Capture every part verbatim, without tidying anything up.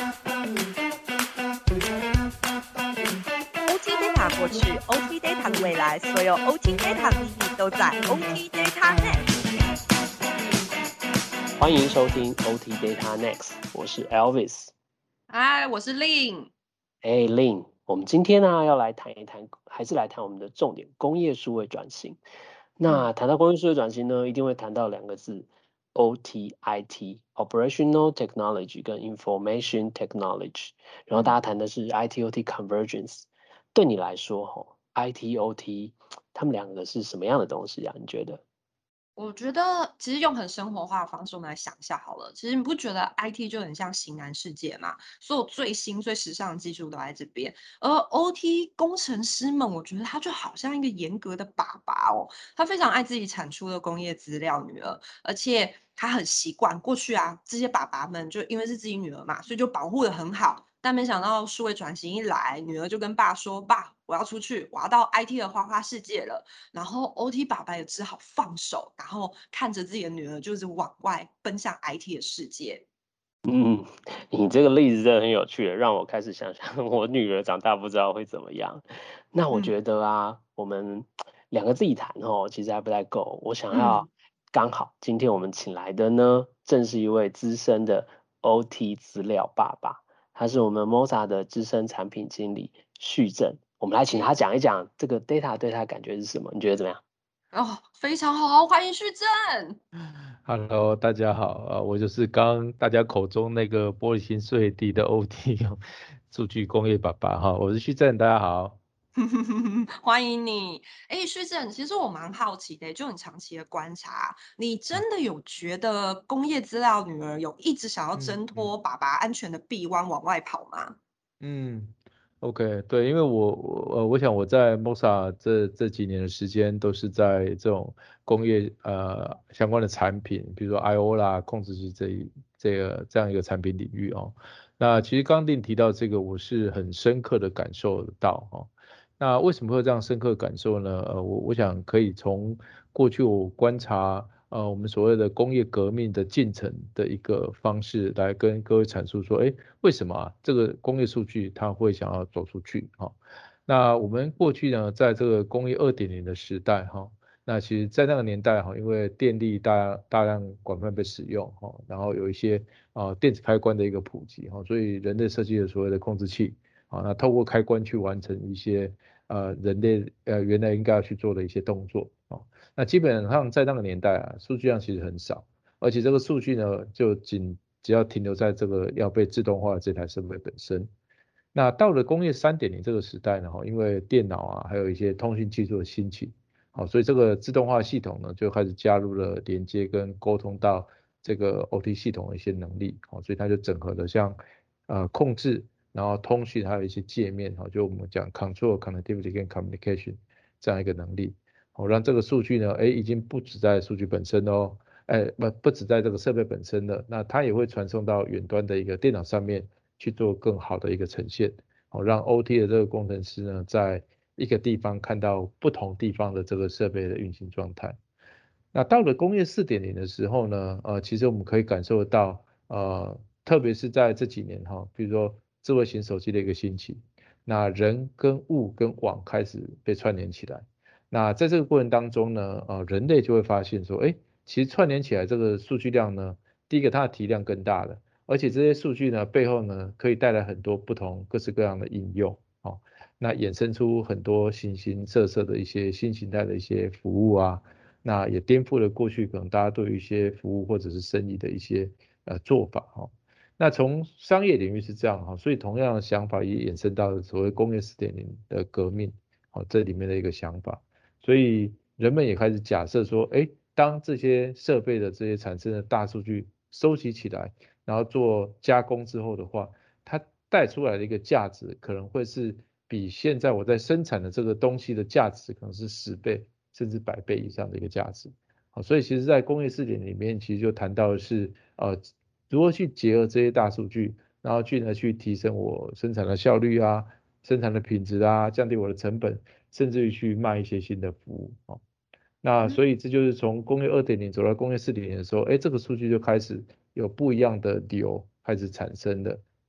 O T Data 过去 ，O T Data 的未来，所有 O T Data 的秘密都在 O T Data Next。 欢迎收听 O T Data Next， 我是 Elvis。 嗨，我是 Lin。 哎 ，Lin，我们今天呢要来谈一谈，还是来谈我们的重点——工业数位转型。那谈到工业数位转型呢，一定会谈到两个字 ：O T I T（Operational Technology） 跟 Information Technology。然后大家谈的是 I T O T Convergence。对你来说，哈 ，I T O T 他们两个是什么样的东西啊？你觉得？ 我觉得其实用很生活化的方式，我们来想一下好了。其实你不觉得 I T 就很像型男世界吗？所有最新最时尚的技术都在这边，而 O T 工程师们，我觉得他就好像一个严格的爸爸哦，他非常爱自己产出的工业资料女儿，而且他很习惯过去啊，这些爸爸们就因为是自己女儿嘛，所以就保护得很好。但没想到数位转型一来，女儿就跟爸说：“爸，我要出去，我要到 I T 的花花世界了。”然后 O T 爸爸也只好放手，然后看着自己的女儿就是往外奔向 I T 的世界。 嗯，你这个例子真的很有趣，让我开始想想我女儿长大不知道会怎么样。那我嗯觉得啊，我们两个自己谈哦，其实还不太够。我想要嗯， 刚好今天我们请来的呢，正是一位资深的 O T 资料爸爸，他是我们 M O S A 的资深产品经理旭正。我们来请他讲一讲这个 data 对他的感觉是什么？你觉得怎么样？ 哦，非常好，欢迎旭正。 Hello，大家好啊，我就是刚大家口中那个玻璃心碎地的 O T 数据工业爸爸哈，我是徐正，大家好。 欢迎你。哎，旭正，其实我蛮好奇的，就你长期的观察，你真的有觉得工业资料女儿有一直想要挣嗯嗯脱爸爸安全的臂弯往外跑吗？ 嗯，OK，对，因为我我呃，我想我在 M O S A 这这几年的时间都是在这种工业呃相关的产品，比如说 I O 啦、控制器这一这个这样一个产品领域哦。那其实刚定提到这个，我是很深刻的感受得到哦。那为什么会有这样深刻的感受呢？呃，我我想可以从过去我观察呃我们所谓的工业革命的进程的一个方式来跟各位阐述说，哎，为什么啊这个工业数据它会想要走出去？哈、哦，那我们过去呢，在这个工业二点零的时代，哈、哦，那其实在那个年代哈，因为电力大大量广泛被使用，哈、哦，然后有一些啊、呃、电子开关的一个普及，哈、哦，所以人类设计了所谓的控制器，啊、那透过开关去完成一些呃人类呃原来应该要去做的一些动作，哦，那基本上在那个年代啊，数据量其实很少，而且这个数据呢，就仅只要停留在这个要被自动化的这台设备本身。那到了工业三点零这个时代呢，哈，因为电脑啊，还有一些通讯技术的兴起，好，所以这个自动化系统呢，就开始加入了连接跟沟通到这个 O T 系统的一些能力，好，所以它就整合了像呃控制，然后通讯还有一些界面，哈，就我们讲 control、connectivity 跟 communication 这样一个能力，好，让这个数据呢，哎，已经不只在数据本身哦，哎，不不只在这个设备本身的，那它也会传送到远端的一个电脑上面。去做更好的一个呈现，好让 O T 的这个工程师呢，在一个地方看到不同地方的这个设备的运行状态。那到了工业四点零的时候呢，呃，其实我们可以感受得到，呃，特别是在这几年哈，比如说智慧型手机的一个兴起，那人跟物跟网开始被串联起来。那在这个过程当中呢，呃，人类就会发现说，哎，其实串联起来这个数据量呢，第一个它的体量更大了。而且这些数据呢，背后呢，可以带来很多不同各式各样的应用，哦，那衍生出很多形形色色的一些新形态的一些服务啊，那也颠覆了过去可能大家对于一些服务或者是生意的一些呃做法，哈、哦。那从商业领域是这样哈、哦，所以同样的想法也衍生到了所谓工业四点零的革命，哦，这里面的一个想法，所以人们也开始假设说，哎，当这些设备的这些产生的大数据收集起来，然后做加工之后的话，它带出来的一个价值可能会是比现在我在生产的这个东西的价值可能是十倍甚至百倍以上的一个价值。好，所以其实在工业四点里面，其实就谈到的是呃如何去结合这些大数据，然后去呢去提升我生产的效率啊，生产的品质啊，降低我的成本，甚至于去卖一些新的服务。哦，那所以这就是从工业二点零走到工业四点零的时候，哎，这个数据就开始有不一样的流开始产生的。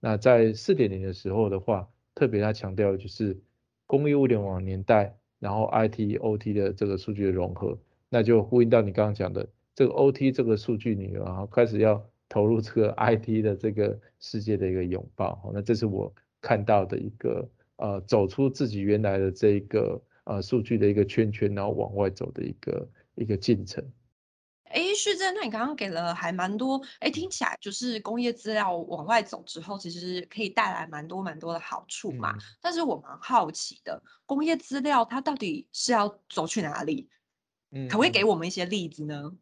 那在 四点零 的时候的话，特别他强调的就是工业物联网年代，然后 I T、O T 的这个数据的融合，那就呼应到你刚刚讲的这个 O T 这个数据里，然后开始要投入这个 I T 的这个世界的一个拥抱。那这是我看到的一个呃走出自己原来的这个呃数据的一个圈圈，然后往外走的一个一个进程。 哎，旭正，那你刚刚给了还蛮多，哎，听起来就是工业资料往外走之后，其实可以带来蛮多蛮多的好处嘛。 嗯但是我蛮好奇的，工业资料它到底是要走去哪里？ 嗯可不可以给嗯我们一些例子呢？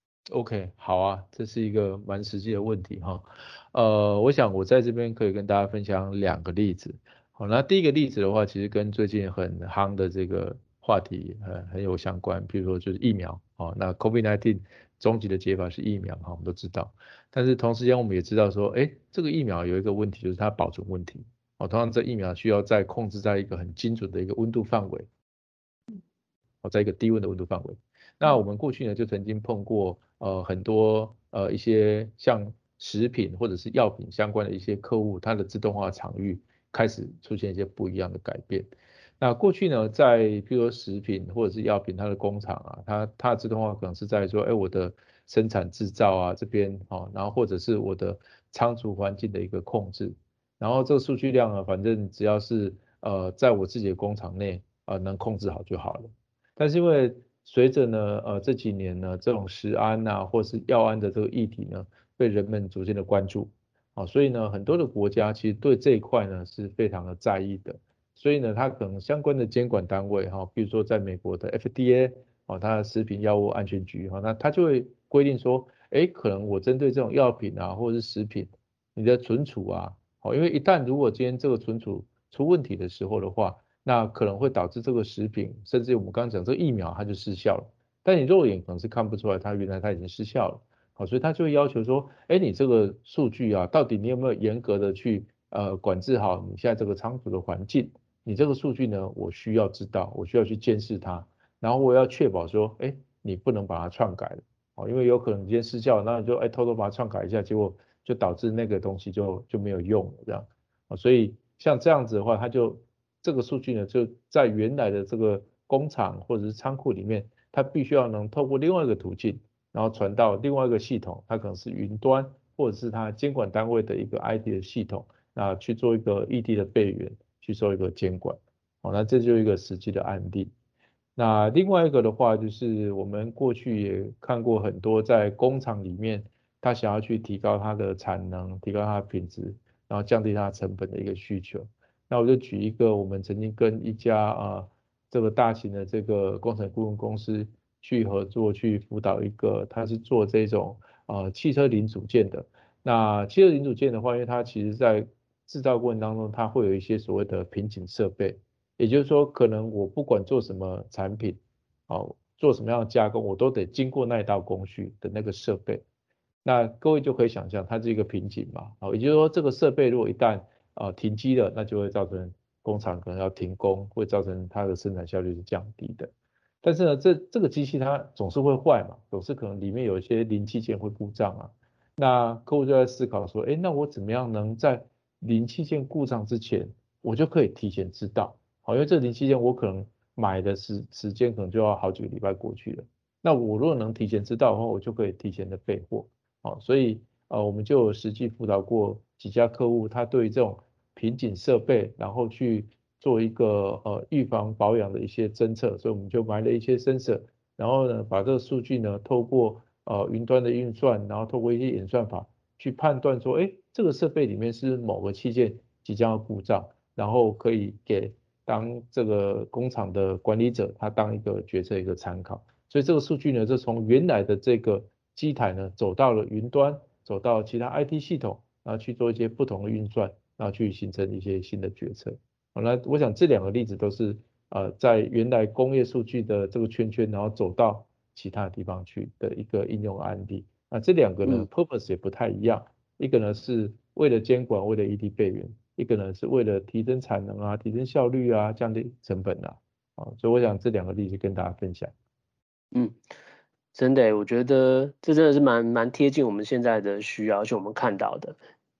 OK，好啊，这是一个蛮实际的问题哈。呃，我想我在这边可以跟大家分享两个例子。好，那第一个例子的话，其实跟最近很夯的这个话题很很有相关，比如说就是疫苗。好，那 COVID 十九 终极的解法是疫苗，哈，我们都知道。但是同时间我们也知道说，哎，这个疫苗有一个问题，就是它保存问题。哦，同样这疫苗需要在控制在一个很精准的一个温度范围，哦，在一个低温的温度范围。那我们过去呢就曾经碰过呃很多呃一些像食品或者是药品相关的一些客户，它的自动化场域开始出现一些不一样的改变。那过去呢，在譬如说食品或者是药品，它的工厂啊，它它的自动化可能是在说，哎，我的生产制造啊这边哦，然后或者是我的仓储环境的一个控制，然后这个数据量呢，反正只要是呃在我自己的工厂内呃能控制好就好了。但是因为随着呢，呃这几年呢，这种食安呐、或是药安的这个议题呢，被人们逐渐的关注，啊，所以呢，很多的国家其实对这一块呢是非常的在意的，所以呢，它可能相关的监管单位哈，比如说在美国的 F D A，哦，它的食品药物安全局哈，那它就会规定说，哎，可能我针对这种药品啊或者是食品，你的存储啊，哦，因为一旦如果今天这个存储出问题的时候的话，那可能会导致这个食品，甚至我们刚刚讲这个疫苗它就失效了，但你肉眼可能是看不出来它原来它已经失效了，好，所以他就会要求说，哎，你这个数据啊，到底你有没有严格的去呃管制好你现在这个仓储的环境？你这个数据呢，我需要知道，我需要去监视它，然后我要确保说，哎，你不能把它篡改了，哦，因为有可能今天失效，那你就哎偷偷把它篡改一下，结果就导致那个东西就就没有用了这样，啊，所以像这样子的话，它就这个数据呢，就在原来的这个工厂或者是仓库里面，它必须要能透过另外一个途径，然后传到另外一个系统，它可能是云端或者是它监管单位的一个 I T 的系统，那去做一个异地的备援，去做一个监管。好，那这就是一个实际的案例。那另外一个的话，就是我们过去也看过很多在工厂里面，他想要去提高它的产能，提高它的品质，然后降低它成本的一个需求。那我就举一个我们曾经跟一家啊这个大型的这个工程顾问公司去合作，去辅导一个，他是做这种呃汽车零组件的。那汽车零组件的话，因为它其实在制造过程当中，它会有一些所谓的瓶颈设备。也就是说，可能我不管做什么产品，哦，做什么样的加工，我都得经过那一道工序的那个设备。那各位就可以想象，它是一个瓶颈嘛，哦，也就是说，这个设备如果一旦呃停机了，那就会造成工厂可能要停工，会造成它的生产效率是降低的。但是呢，这这个机器它总是会坏嘛，总是可能里面有一些零器件会故障啊。那客户就在思考说，哎，那我怎么样能在零器件故障之前，我就可以提前知道？好，因为这零器件我可能买的时时间可能就要好几个礼拜过去了。那我如果能提前知道的话，我就可以提前的备货。好，所以呃，我们就有实际辅导过几家客户，他对于这种瓶颈设备，然后去做一个呃预防保养的一些侦测，所以我们就买了一些 sensor，然后呢，把这个数据呢，透过呃云端的运算，然后透过一些演算法去判断说，哎，这个设备里面是某个器件即将要故障，然后可以给当这个工厂的管理者他当一个决策一个参考。所以这个数据呢，就从原来的这个机台呢，走到了云端，走到其他 I T 系统，然后去做一些不同的运算，然后去形成一些新的决策。好，那我想这两个例子都是呃在原来工业数据的这个圈圈，然后走到其他地方去的一个应用案例。那这两个呢、 嗯 purpose 也不太一样，一个呢是为了监管，为了异地备援，一个呢是为了提升产能啊，提升效率啊，降低成本啊。啊，所以我想这两个例子跟大家分享。 嗯，真的耶，我觉得这真的是蛮蛮贴近我们现在的需要，而且我们看到的。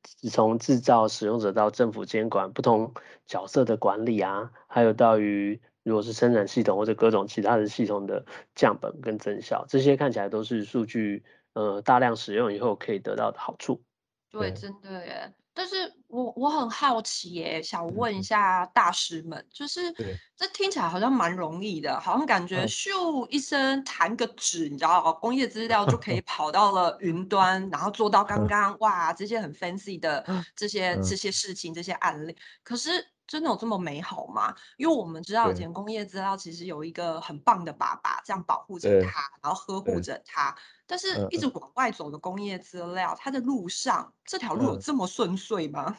从制造、使用者到政府监管，不同角色的管理啊，还有到于如果是生产系统或者各种其他的系统的降本跟增效，这些看起来都是数据呃大量使用以后可以得到的好处。 对， 对真的耶。但是我我很好奇耶，想问一嗯下大师们，就是对这听起来好像蛮容易的，好像感觉嗯咻一声弹个指，你知道，工业资料就可以跑到了云端，然后做到刚刚哇这些很 fancy 的这些这嗯些事情这些案例。可是真的有这么美好吗？因为我们知道以对前工业资料其实有一个很棒的爸爸，这样保护着对它，然后呵护对着它。但是嗯嗯一直往外走的工业资料，它的路上这条路有嗯这么顺遂吗？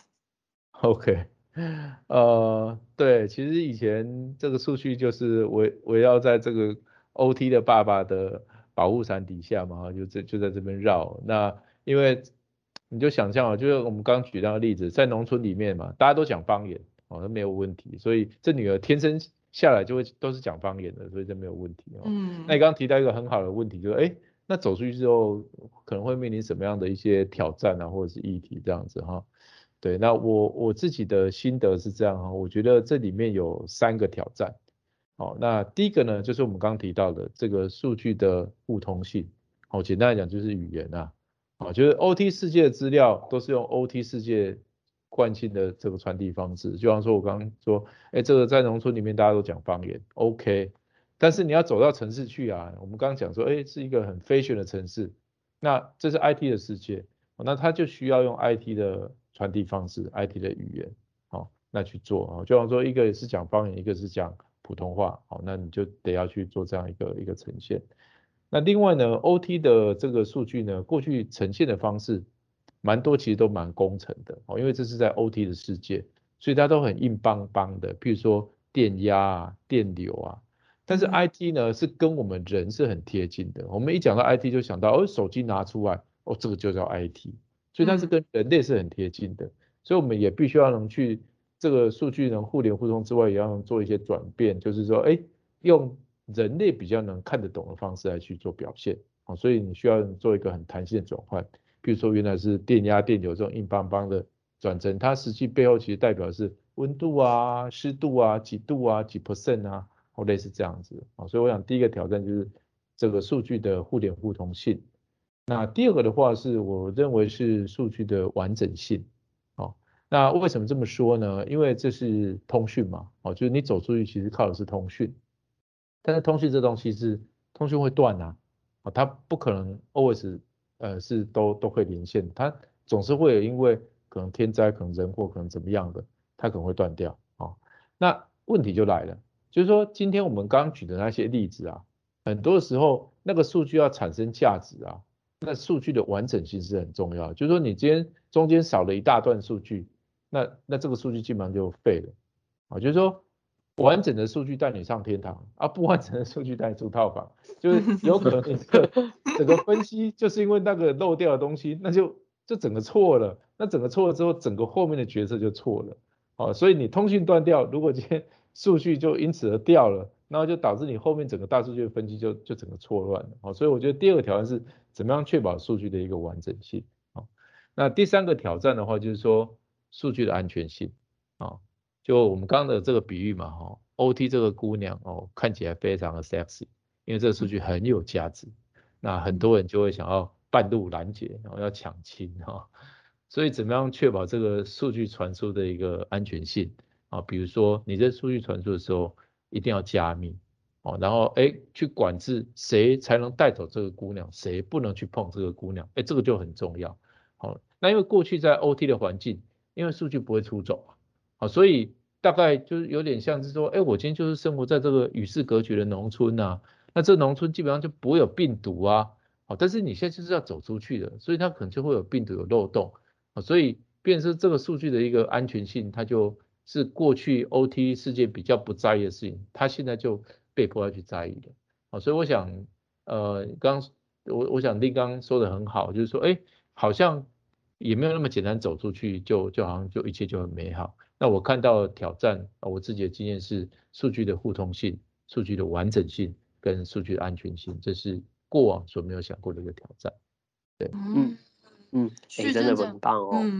，OK，呃，对，其实以前这个数据就是围围绕在这个 O T 的爸爸的保护伞底下嘛，就这就在这边绕。那因为你就想象啊，就是我们刚刚举到的例子，在农村里面嘛，大家都讲方言，哦，那没有问题，所以这女儿天生下来就会都是讲方言的，所以这没有问题哦。那你嗯刚刚提到一个很好的问题，就是哎，那走出去之后可能会面临什么样的一些挑战啊，或者是议题这样子哈。对，那我我自己的心得是这样哈，我觉得这里面有三个挑战。好，那第一个呢，就是我们刚刚提到的这个数据的互通性。好，简单来讲就是语言啊。好，就是 O T 世界的资料都是用 O T 世界惯性的这个传递方式。就像说我刚刚说，哎，这个在农村里面大家都讲方言 ，OK。但是你要走到城市去啊，我们刚刚讲说，哎，是一个很 fashion 的城市，那这是 I T 的世界。那它就需要用 I T 的传递方式 ，I T 的语言，好，那去做啊。就像说一个是讲方言，一个是讲普通话，好，那你就得要去做这样一个一个呈现。那另外呢 ，O T 的这个数据呢，过去呈现的方式蛮多，其实都蛮工程的，哦，因为这是在 O T 的世界，所以它都很硬邦邦的，譬如说电压啊、电流啊。但是嗯 I T 呢是跟我们人是很贴近的，我们一讲到 I T 就想到，哦，手机拿出来，哦，这个就叫 I T，所以它是嗯跟人类是很贴近的，所以我们也必须要能去这个数据能互联互通之外，也要能做一些转变，就是说，哎，用人类比较能看得懂的方式来去做表现，啊，所以你需要做一个很弹性的转换，比如说原来是电压、电流这种硬邦邦的转成，它实际背后其实代表的是温度啊、湿度啊、几度啊、几 percent 啊。或类似这样子啊，所以我想第一个挑战就是这个数据的互联互通性。那第二个的话是我认为是数据的完整性。好，那为什么这么说呢？因为这是通讯嘛，哦，就是你走出去其实靠的是通讯，但是通讯这东西是通讯会断啊，哦，它不可能 always 呃是都都会连线，它总是会有因为可能天灾、可能人祸、可能怎么样的，它可能会断掉。哦，那问题就来了。就是说，今天我们刚刚举的那些例子啊，很多的时候那个数据要产生价值啊，那数据的完整性是很重要的。就是说，你今天中间少了一大段数据，那那这个数据基本上就废了啊。就是说，完整的数据带你上天堂啊，不完整的数据带你住套房，就是有可能你这个整个分析就是因为那个漏掉的东西，那就就整个错了。那整个错了之后，整个后面的决策就错了。好，所以你通讯断掉，如果今天数据就因此而掉了，然后就导致你后面整个大数据的分析就就整个错乱了。好，所以我觉得第二个挑战是怎么样确保数据的一个完整性。好，那第三个挑战的话就是说数据的安全性。好，就我们刚刚的这个比喻嘛，哈 ，O T 这个姑娘哦，看起来非常的 sexy， 因为这个数据很有价值，那很多人就会想要半路拦截，然后要抢亲哈。所以怎么样确保这个数据传输的一个安全性啊？比如说你在数据传输的时候一定要加密哦，然后哎去管制谁才能带走这个姑娘，谁不能去碰这个姑娘，哎这个就很重要。好，那因为过去在 O T 的环境，因为数据不会出走啊，好，所以大概就是有点像是说，哎我今天就是生活在这个与世隔绝的农村啊，那这农村基本上就不会有病毒啊，好，但是你现在就是要走出去的，所以它可能就会有病毒有漏洞。所以变成是这个数据的一个安全性，它就是过去 O T 世界比较不在意的事情，它现在就被迫要去在意的。好，所以我想，呃，刚我我想丁刚说的很好，就是说，哎，好像也没有那么简单走出去就就好像就一切就很美好。那我看到挑战，我自己的经验是数据的互通性、数据的完整性跟数据的安全性，这是过往所没有想过的一个挑战。对， 嗯嗯，哎，真的很棒哦。 嗯，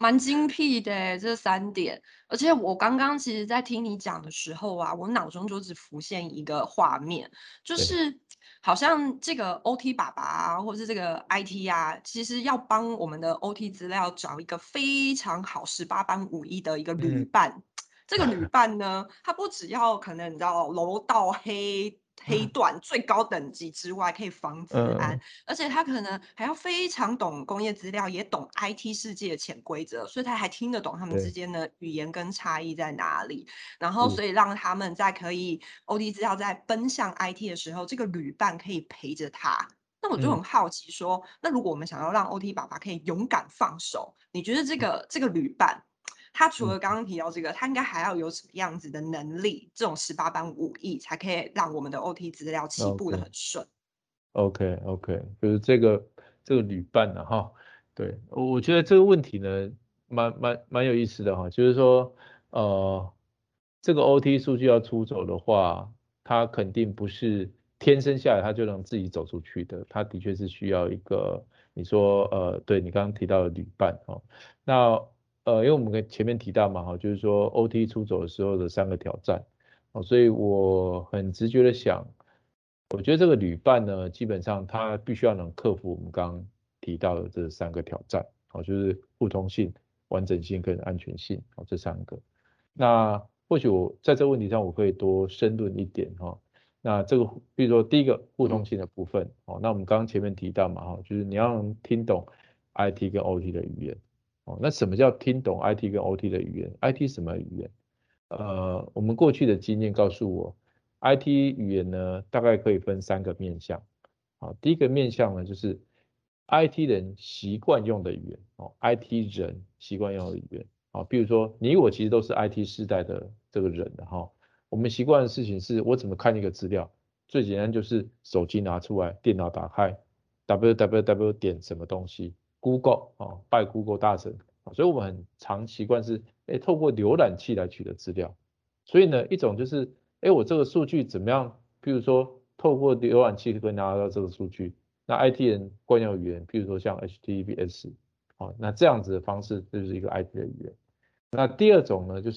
蛮精辟的欸这三点。而且我刚刚其实在听你讲的时候啊，我脑中就只浮现一个画面，就对， 是好像这个 O T 爸爸啊，或是这个 I T 啊，其实要帮我们的 O T 资料找一个非常好十八般武艺的一个旅嗯， 伴。这个旅伴呢，他不只要可能你知道柔道黑黑段最高等级之外，可以防治安， 嗯， 而且他可能还要非常懂工业资料，也懂 I T 世界的潜规则，所以他还听得懂他们之对， 间的语言跟差异在哪里。然后， 是， 所以让他们在可以 O T 资料在奔向 I T 的时候，这个旅伴可以陪着他。那我就嗯很好奇说，那如果我们想要让 O T 爸爸可以勇敢放手，你觉得这个这个旅伴，他除了嗯刚刚提到这个，他应该还要有什么样子的能力？这种十八般武艺，才可以让我们的 O T 资料起步的 ，OK。 很顺。 OK OK，就是这个这个旅伴呢、哈，对，我我觉得这个问题呢，蛮蛮蛮有意思的哈，就是说，呃，这个 O T 数据要出走的话，它肯定不是天生下来它就能自己走出去的，它的确是需要一个，你说，呃，对你刚刚提到的旅伴哈，那呃，因为我们跟前面提到嘛哈，就是说 O T 出走的时候的三个挑战，哦，所以我很直觉的想。我觉得这个旅伴呢，基本上他必须要能克服我们刚刚提到的这三个挑战，好，就是互通性、完整性跟安全性，好，这三个。那或许我在这个问题上我可以多深论一点哈。那这个，比如说第一个互通性的部分，哦，那我们刚刚前面提到嘛，哈，就是你要能听懂 I T 跟 O T 的语言，哦，那什么叫听懂 I T 跟 O T 的语言？I T 什么语言？呃，我们过去的经验告诉我，I T 语言呢，大概可以分三个面向。好，第一个面向呢，就是 I T 人习惯用的语言，哦，I T 人习惯用的语言。好，比如说你我其实都是 I T 世代的这个人的哈，我们习惯的事情是我怎么看一个资料，最简单就是手机拿出来，电脑打开，www 点什么东西，Google 哦，拜 Google 大神，所以我们很常习惯是，哎，透过浏览器来取得资料。所以呢，一种就是，哎，我这个数据怎么样？譬如说，透过浏览器可以拿到这个数据。那 I T 人惯用语言，譬如说像 H T T P S，好，那这样子的方式就是一个 I T 的语言。那第二种呢，就是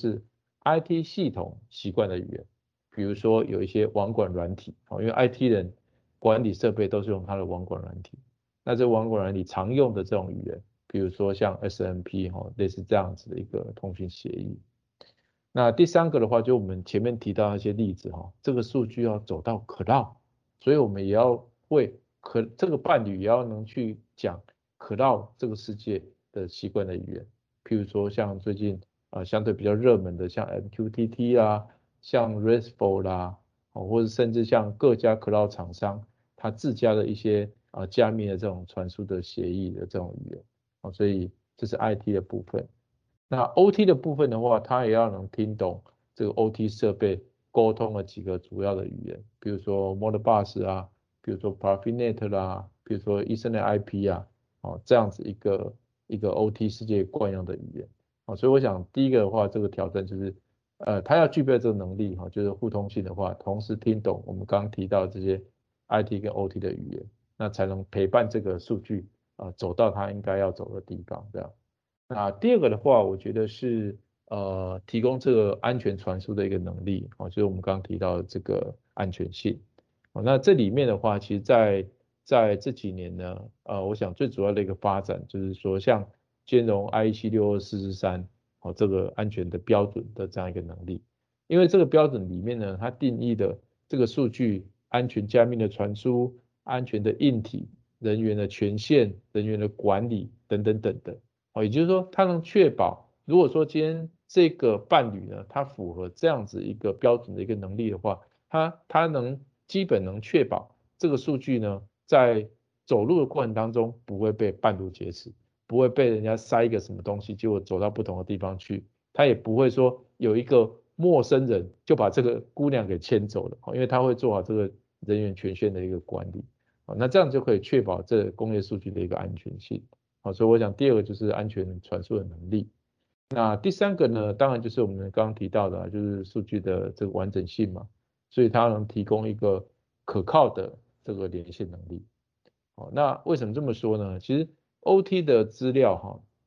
I T 系统习惯的语言，比如说有一些网管软体，哦，因为 I T 人管理设备都是用它的网管软体。那这网管软体常用的这种语言，比如说像 S M P 哈，类似这样子的一个通讯协议。那第三个的话，就我们前面提到一些例子哈，这个数据要走到 cloud，所以我们也要会可这个伴侣也要能去讲 cloud 这个世界的习惯的语言，譬如说像最近啊、呃、相对比较热门的像 M Q T T 啦，像 RESTful 啦，哦，或者甚至像各家 cloud 厂商它自家的一些啊、呃、加密的这种传输的协议的这种语言，哦，所以这是 I T 的部分。那 O T 的部分的话，它也要能听懂这个 O T 设备沟通的几个主要的语言，比如说 Modbus 啊，比如说 Profinet 啦，比如说 Ethernet I P 啊，哦，这样子一个一个 O T 世界惯用的语言，哦，所以我想第一个的话，这个挑战就是，呃，它要具备这个能力哈，就是互通性的话，同时听懂我们刚刚提到这些 I T 跟 O T 的语言，那才能陪伴这个数据啊走到它应该要走的地方，这样。那第二个的话，我觉得是呃提供这个安全传输的一个能力，哦，就是我们刚刚提到的这个安全性。哦，那这里面的话，其实在在这几年呢，呃，我想最主要的一个发展就是说，像兼容 I E C 六二四四三，哦，这个安全的标准的这样一个能力。因为这个标准里面呢，它定义的这个数据安全加密的传输、安全的硬体、人员的权限、人员的管理等等等等。哦，也就是说，它能确保，如果说今天这个伴侣呢，它符合这样子一个标准的一个能力的话，它它能基本能确保这个数据呢，在走路的过程当中不会被半路劫持，不会被人家塞一个什么东西，结果走到不同的地方去，它也不会说有一个陌生人就把这个姑娘给牵走了，因为他会做好这个人员权限的一个管理，那这样就可以确保这工业数据的一个安全性。好，所以我想第二个就是安全传输的能力。那第三个呢，当然就是我们刚刚提到的，就是数据的这个完整性嘛，所以它能提供一个可靠的这个连线能力。好，那为什么这么说呢？其实 O T 的资料哈，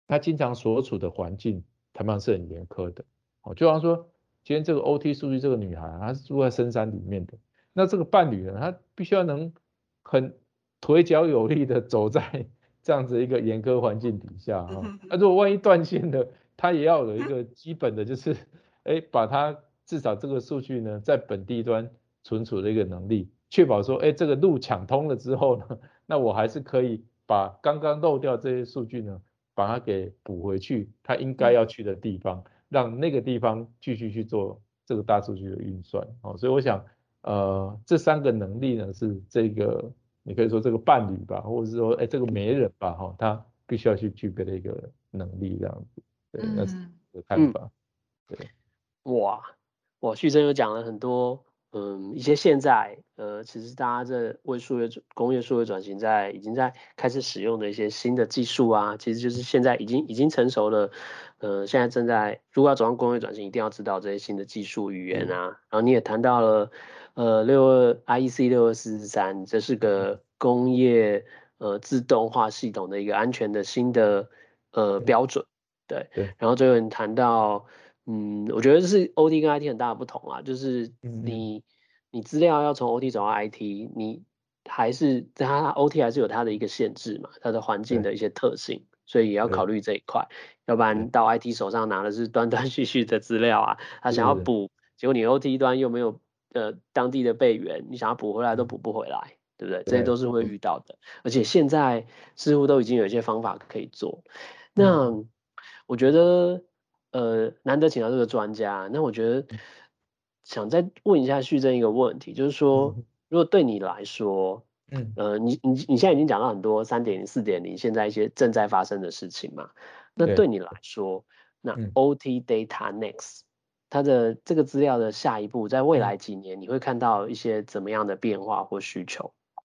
他经常所处的环境他们是很严苛的。哦，就好像说今天这个 O T 数据这个女孩，她是住在深山里面的，那这个伴侣呢，他必须要能很腿脚有力的走在这样子一个严苛环境底下哈、哦。那、啊、如果万一断线了，他也要有一个基本的就是，哎，把它至少这个数据呢在本地端存储的一个能力，确保说，哎，这个路抢通了之后呢，那我还是可以把刚刚漏掉这些数据呢，把它给补回去，它应该要去的地方，让那个地方继续去做这个大数据的运算。哦，所以我想，呃，这三个能力呢是这个，你可以说这个伴侣吧，或者是说，哎，这个媒人吧，哈、哦，他必须要去具备的一个能力，这样子。对，那是我的看法。对， 哇，哇，旭升又讲了很多，嗯，一些现在，呃，其实大家在为数位工业数位转型在已经在开始使用的一些新的技术啊，其实就是现在已经已经成熟了，呃，现在正在如果要走上工业转型，一定要知道这些新的技术语言啊。然后你也谈到了，呃，六二 I E C 六二四四三，这是个工业呃自动化系统的一个安全的新的呃标准，对。 对， 然后最后你谈到。嗯，我觉得这是 O T 跟 I T 很大的不同啊，就是嗯你你资料要从 O T 走到 I T，你还是它 O T 还是有它的一个限制嘛，它的环境的一些特性，所以也要考虑这一块，要不然到 I T 手上拿的是断断续续的资料啊，他想要补，结果你 O T 端又没有呃当地的备援，你想要补回来都补不回来，对不对？这些都是会遇到的，而且现在似乎都已经有一些方法可以做，那我觉得。呃，难得请到这个专家，那我觉得想再问一下旭正一个问题，就是说，如果对你来说， 嗯， 呃，你你你现在已经讲到很多三点零、四点零，现在一些正在发生的事情嘛，那对你来说，那 O T Data Next 它的这个资料的下一步，在未来几年，你会看到一些怎么样的变化或需求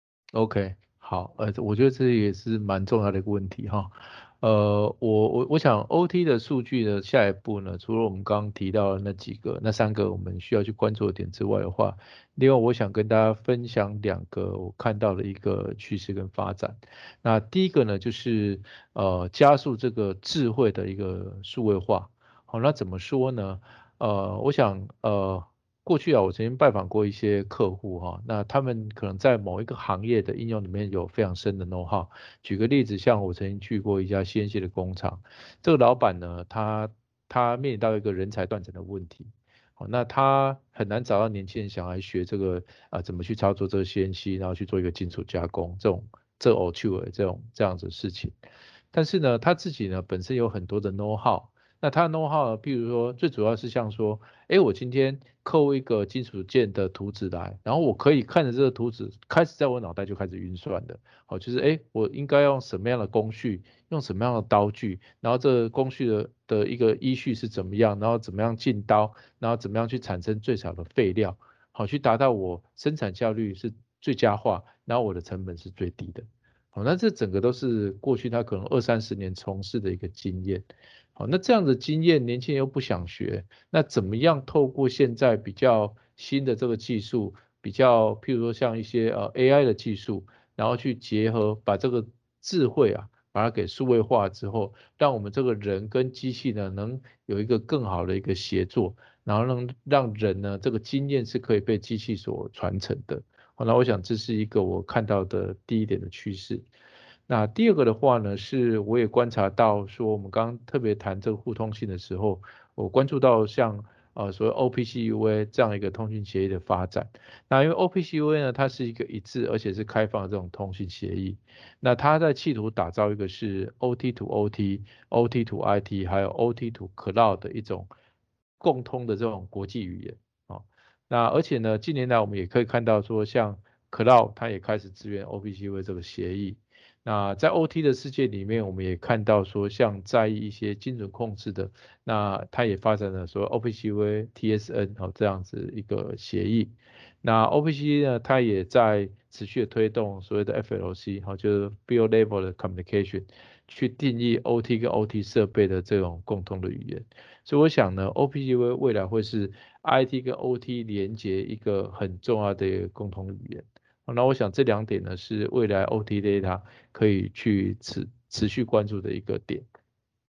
？OK，好，呃，我觉得这也是蛮重要的一个问题哈。呃，我我我想 O T 的数据的下一步呢，除了我们刚刚提到的那几个、那三个我们需要去关注的点之外的话，另外我想跟大家分享两个我看到的一个趋势跟发展。那第一个呢，就是呃加速这个智慧的一个数位化。好，那怎么说呢？呃，我想呃。过去啊，我曾经拜访过一些客户哈，那他们可能在某一个行业的应用里面有非常深的 know how。举个例子，像我曾经去过一家 C N C 的工厂，这个老板呢，他他面临到一个人才断层的问题，好，那他很难找到年轻人想来学这个啊、呃、怎么去操作这个 C N C，然后去做一个金属加工这种这偶趣味这种这样子的事情。但是呢，他自己呢本身有很多的 know how。那他的 know how 呢，譬如说，最主要是像说，哎，我今天扣一个金属件的图纸来，然后我可以看着这个图纸，开始在我脑袋就开始运算的，好，就是哎，我应该用什么样的工序，用什么样的刀具，然后这个工序的的一个依序是怎么样，然后怎么样进刀，然后怎么样去产生最少的废料，好，去达到我生产效率是最佳化，然后我的成本是最低的。好，那这整个都是过去他可能二三十年从事的一个经验。好，那这样的经验，年轻人又不想学，那怎么样透过现在比较新的这个技术，比较譬如说像一些呃 A I 的技术，然后去结合把这个智慧啊，把它给数位化之后，让我们这个人跟机器呢能有一个更好的一个协作，然后让让人呢这个经验是可以被机器所传承的。好，那我想这是一个我看到的第一点的趋势。那第二个的话呢，是我也观察到说，我们刚刚特别谈这个互通性的时候，我关注到像呃所谓 O P C U A 这样一个通信协议的发展。那因为 O P C U A 呢，它是一个一致而且是开放的这种通信协议，那它在企图打造一个是 O T to O T、O T to I T 还有 O T to Cloud 的一种共通的这种国际语言。哦，那而且呢，近年来我们也可以看到说，像 Cloud 它也开始支援 O P C U A 这个协议。那在 O T 的世界里面，我们也看到说，像在意一些精准控制的，那它也发展了说 O P C U A、T S N 好这样子一个协议。那 O P C U A 呢，它也在持续的推动所谓的 F L C 好，就是 Field Level 的 Communication， 去定义 O T 跟 O T 设备的这种共同的语言。所以我想呢 ，O P C U A 未来会是 I T 跟 O T 连接一个很重要的一个共同语言。那我想这两点呢，是未来 O T data 可以去持持续关注的一个点。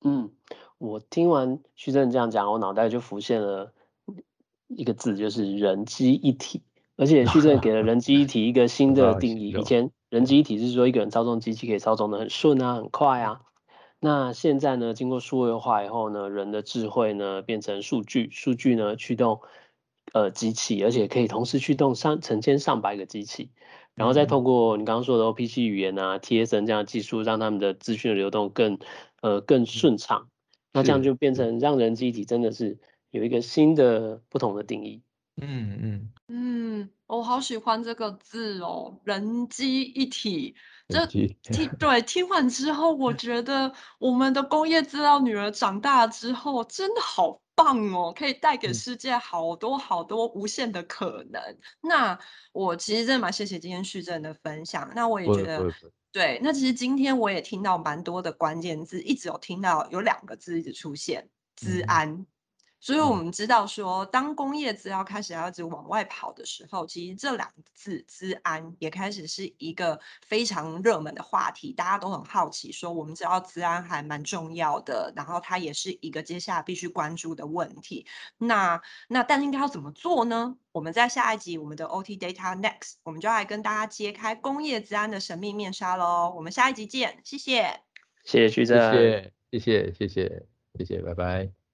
嗯，我听完旭正这样讲，我脑袋就浮现了一个字，就是人机一体。而且旭正给了人机一体一个新很的定义。 棒的形容。 以前人机一体是说一个人操纵机器可以操纵的很顺啊，很快啊。那现在呢，经过数位化以后呢，人的智慧呢变成数据，数据呢驱动呃机器，而且可以同时驱动上成千上百个机器。然后再透过你刚刚说的 O P C 语言啊、T S N 这样的技术，让他们的资讯的流动更呃更顺畅。那这样是就变是成让人机体真的是有一个新的不同的定义。 嗯嗯， 嗯，我好喜欢这个字哦，人机一体。这人机听对听完之后，我觉得我们的工业资料女儿长大之后真的好棒哦，可以带给嗯世界好多好多无限的可能。那我其实真的蛮谢谢今天旭正的分享，那我也不觉得会不会不会， 对，那其实今天我也听到蛮多的关键字，一直有听到有两个字一直出现，资嗯安。所以我嗯们知道说，当工业资料开始要一直往外跑的时候，其实这两个字“资安”也开始是一个非常热门的话题，大家都很好奇，说我们知道资安还蛮重要的，然后它也是一个接下来必须关注的问题。那那但应该要怎么做呢？我们在下一集我们的 O T Data Next，我们就要来跟大家揭开工业资安的神秘面纱喽。我们下一集见，谢谢。 谢谢旭谢正。 谢谢谢谢谢谢谢，拜拜。